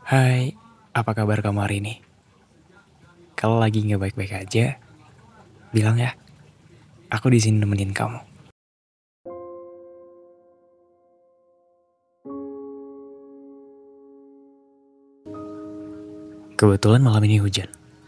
Hai, apa kabar kamu hari ini? Kalau lagi nggak baik-baik aja, bilang ya. Aku di sini nemenin kamu. Kebetulan malam ini hujan.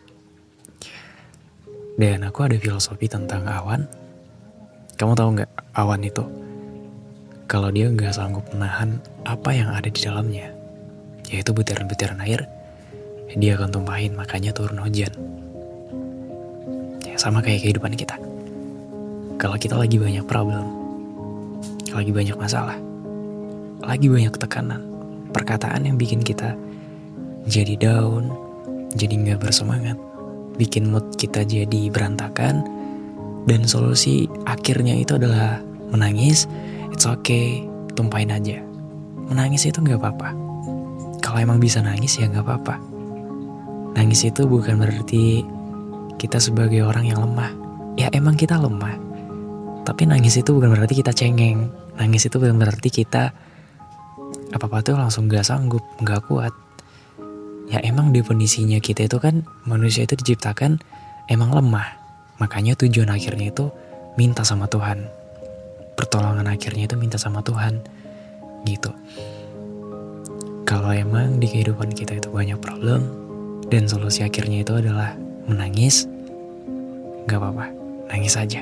Dan aku ada filosofi tentang awan. Kamu tahu nggak awan itu? Kalau dia nggak sanggup menahan apa yang ada di dalamnya, yaitu butiran-butiran air, dia akan tumpahin, makanya turun hujan. Ya, sama kayak kehidupan kita. Kalau kita lagi banyak problem, lagi banyak masalah, lagi banyak tekanan, perkataan yang bikin kita jadi down, jadi nggak bersemangat, bikin mood kita jadi berantakan, dan solusi akhirnya itu adalah menangis. It's okay, tumpahin aja. Menangis itu nggak apa-apa. Kalau emang bisa nangis ya nggak apa-apa. Nangis itu bukan berarti kita sebagai orang yang lemah. Ya emang kita lemah. Tapi nangis itu bukan berarti kita cengeng. Nangis itu bukan berarti kita apa-apa tuh langsung nggak sanggup, nggak kuat. Ya emang definisinya kita itu kan manusia itu diciptakan emang lemah. Makanya tujuan akhirnya itu minta sama Tuhan. Pertolongan akhirnya itu minta sama Tuhan. Gitu. Kalau emang di kehidupan kita itu banyak problem dan solusi akhirnya itu adalah menangis, gak apa-apa, nangis aja.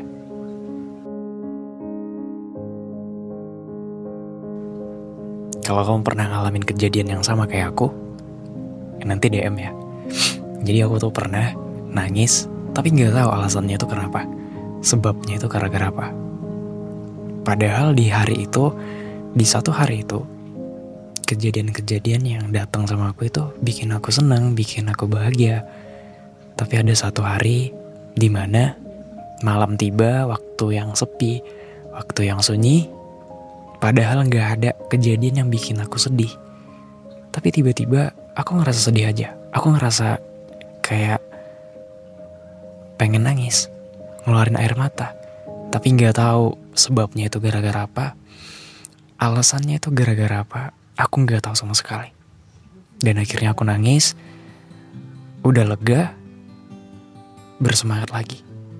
Kalau kamu pernah ngalamin kejadian yang sama kayak aku, nanti DM ya. Jadi aku tuh pernah nangis, tapi gak tahu alasannya itu kenapa. Sebabnya itu gara-gara apa. Padahal di hari itu, di satu hari itu, kejadian-kejadian yang datang sama aku itu bikin aku senang, bikin aku bahagia. Tapi ada satu hari di mana malam tiba, waktu yang sepi, waktu yang sunyi, padahal gak ada kejadian yang bikin aku sedih. Tapi tiba-tiba aku ngerasa sedih aja. Aku ngerasa kayak pengen nangis, ngeluarin air mata. Tapi gak tahu sebabnya itu gara-gara apa, alasannya itu gara-gara apa, aku gak tahu sama sekali. Dan akhirnya aku nangis, udah lega, bersemangat lagi.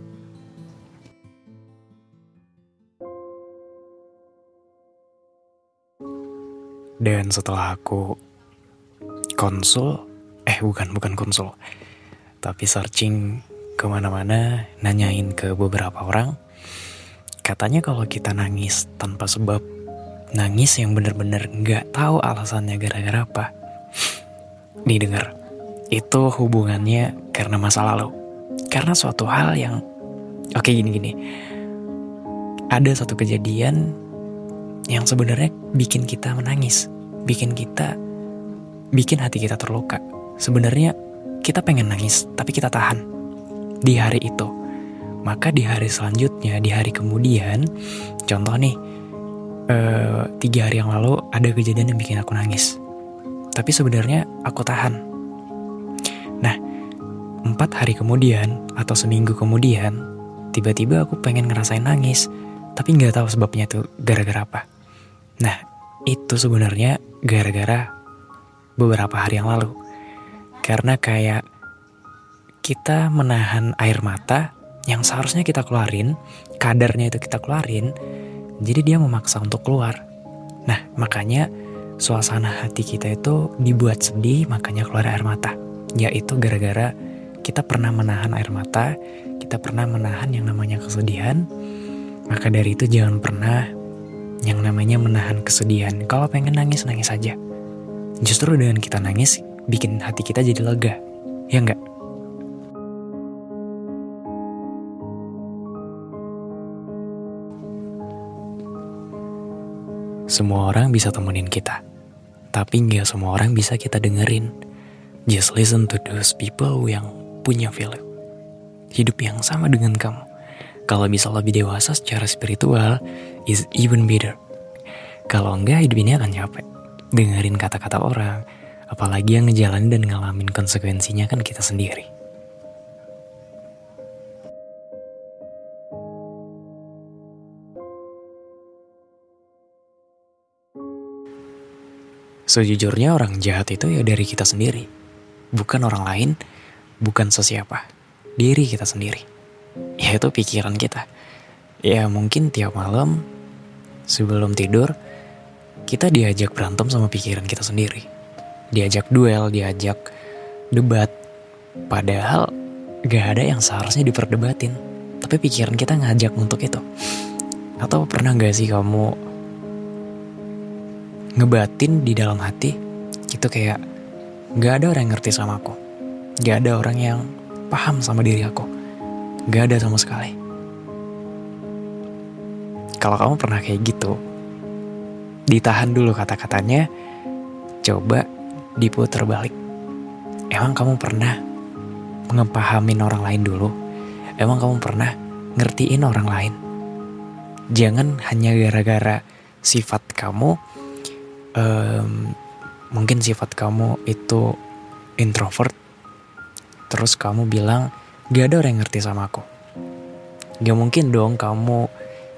Dan setelah aku bukan konsul, tapi searching kemana-mana, nanyain ke beberapa orang, katanya kalau kita nangis tanpa sebab, nangis yang bener-bener gak tahu alasannya gara-gara apa, didengar, itu hubungannya karena masa lalu. Karena suatu hal yang, oke gini, ada satu kejadian yang sebenarnya bikin kita menangis, bikin hati kita terluka. Sebenarnya kita pengen nangis, tapi kita tahan di hari itu. Maka di hari selanjutnya, di hari kemudian, contoh nih, 3 hari yang lalu ada kejadian yang bikin aku nangis, tapi sebenarnya aku tahan. Nah, 4 hari kemudian atau seminggu kemudian, tiba-tiba aku pengen ngerasain nangis, tapi gak tahu sebabnya itu gara-gara apa. Nah, itu sebenarnya gara-gara beberapa hari yang lalu. Karena kayak kita menahan air mata yang seharusnya kita keluarin, kadarnya itu kita keluarin, jadi dia memaksa untuk keluar. Nah, makanya suasana hati kita itu dibuat sedih, makanya keluar air mata. Yaitu gara-gara kita pernah menahan air mata, kita pernah menahan yang namanya kesedihan. Maka dari itu jangan pernah yang namanya menahan kesedihan. Kalau pengen nangis, nangis aja. Justru dengan kita nangis, bikin hati kita jadi lega. Ya enggak? Semua orang bisa temenin kita, tapi nggak semua orang bisa kita dengerin. Just listen to those people yang punya value, hidup yang sama dengan kamu. Kalau bisa lebih dewasa secara spiritual, is even better. Kalau enggak, hidup ini akan capek. Dengerin kata-kata orang, apalagi yang ngejalanin dan ngalamin konsekuensinya kan kita sendiri. Sejujurnya orang jahat itu ya dari kita sendiri. Bukan orang lain, bukan sesiapa. Diri kita sendiri. Yaitu pikiran kita. Ya mungkin tiap malam sebelum tidur kita diajak berantem sama pikiran kita sendiri. Diajak duel, diajak debat. Padahal gak ada yang seharusnya diperdebatin. Tapi pikiran kita ngajak untuk itu. Atau pernah gak sih kamu ngebatin di dalam hati itu kayak gak ada orang yang ngerti sama aku, gak ada orang yang paham sama diri aku, gak ada sama sekali. Kalau kamu pernah kayak gitu, ditahan dulu kata-katanya, coba diputar balik. Emang kamu pernah ngepahamin orang lain dulu? Emang kamu pernah ngertiin orang lain? Jangan hanya gara-gara sifat kamu, mungkin sifat kamu itu introvert, terus kamu bilang gak ada orang yang ngerti sama aku. Gak mungkin dong kamu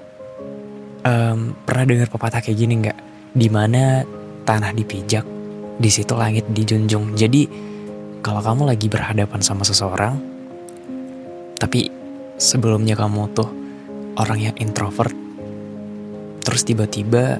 pernah dengar pepatah kayak gini gak? Dimana tanah dipijak, di situ langit dijunjung. Jadi kalau kamu lagi berhadapan sama seseorang, tapi sebelumnya kamu tuh orang yang introvert, terus tiba-tiba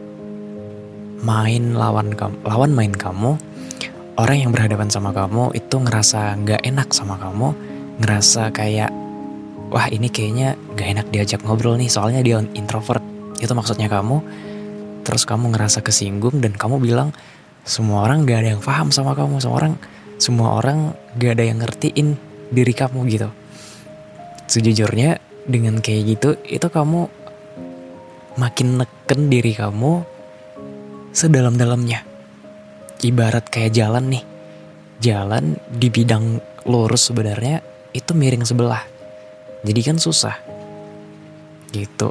lawan main kamu, orang yang berhadapan sama kamu itu ngerasa gak enak sama kamu, ngerasa kayak wah ini kayaknya gak enak diajak ngobrol nih soalnya dia introvert, itu maksudnya kamu. Terus kamu ngerasa kesinggung dan kamu bilang semua orang gak ada yang paham sama kamu, semua orang gak ada yang ngertiin diri kamu gitu. Sejujurnya dengan kayak gitu itu kamu makin neken diri kamu sedalam-dalamnya. Ibarat kayak jalan nih, jalan di bidang lurus sebenarnya itu miring sebelah, jadi kan susah gitu.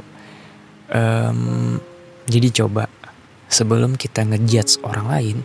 Jadi coba sebelum kita ngejudge orang lain,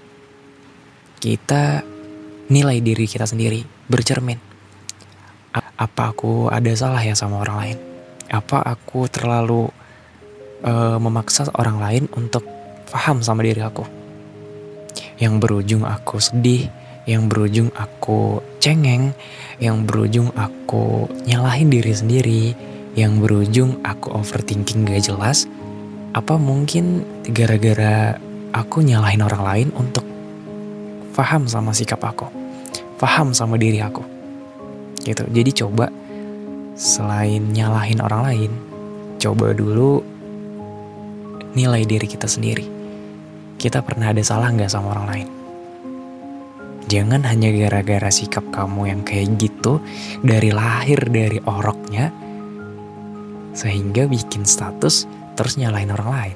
kita nilai diri kita sendiri, bercermin. Apa aku ada salah ya sama orang lain? Apa aku terlalu memaksa orang lain untuk paham sama diri aku? Yang berujung aku sedih, yang berujung aku cengeng, yang berujung aku nyalahin diri sendiri, yang berujung aku overthinking gak jelas. Apa mungkin gara-gara aku nyalahin orang lain untuk paham sama sikap aku, paham sama diri aku gitu. Jadi coba selain nyalahin orang lain, coba dulu nilai diri kita sendiri. Kita pernah ada salah gak sama orang lain? Jangan hanya gara-gara sikap kamu yang kayak gitu dari lahir, dari oroknya, sehingga bikin status terus nyalahin orang lain.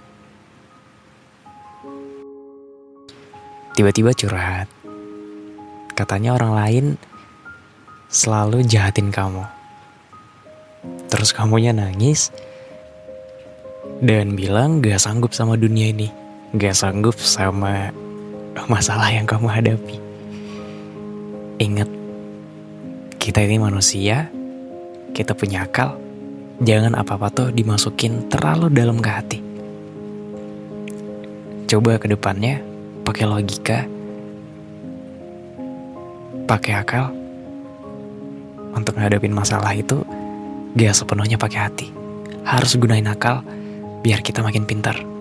Tiba-tiba curhat, katanya orang lain selalu jahatin kamu. Terus kamunya nangis dan bilang gak sanggup sama dunia ini, gak sanggup sama masalah yang kamu hadapi. Ingat, kita ini manusia, kita punya akal. Jangan apa-apa tuh dimasukin terlalu dalam ke hati. Coba ke depannya pakai logika, pakai akal. Untuk ngadepin masalah itu gak sepenuhnya pakai hati. Harus gunain akal biar kita makin pintar.